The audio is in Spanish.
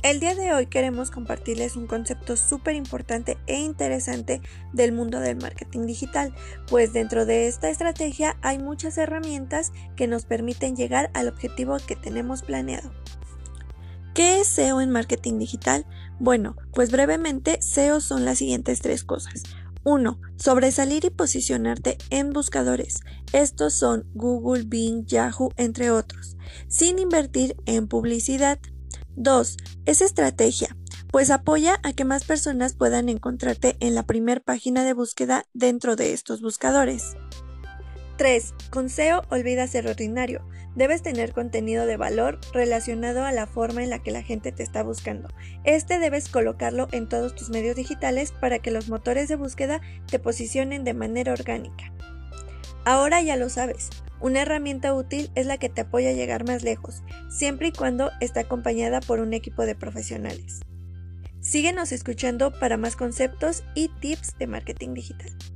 El día de hoy queremos compartirles un concepto súper importante e interesante del mundo del marketing digital, pues dentro de esta estrategia hay muchas herramientas que nos permiten llegar al objetivo que tenemos planeado. ¿Qué es SEO en marketing digital? Bueno, pues brevemente, SEO son las siguientes tres cosas. 1. Sobresalir y posicionarte en buscadores. Estos son Google, Bing, Yahoo, entre otros, sin invertir en publicidad. 2. Es estrategia, pues apoya a que más personas puedan encontrarte en la primer página de búsqueda dentro de estos buscadores. 3. Con SEO olvida ser ordinario. Debes tener contenido de valor relacionado a la forma en la que la gente te está buscando. Debes colocarlo en todos tus medios digitales para que los motores de búsqueda te posicionen de manera orgánica. Ahora ya lo sabes, una herramienta útil es la que te apoya a llegar más lejos, siempre y cuando esté acompañada por un equipo de profesionales. Síguenos escuchando para más conceptos y tips de marketing digital.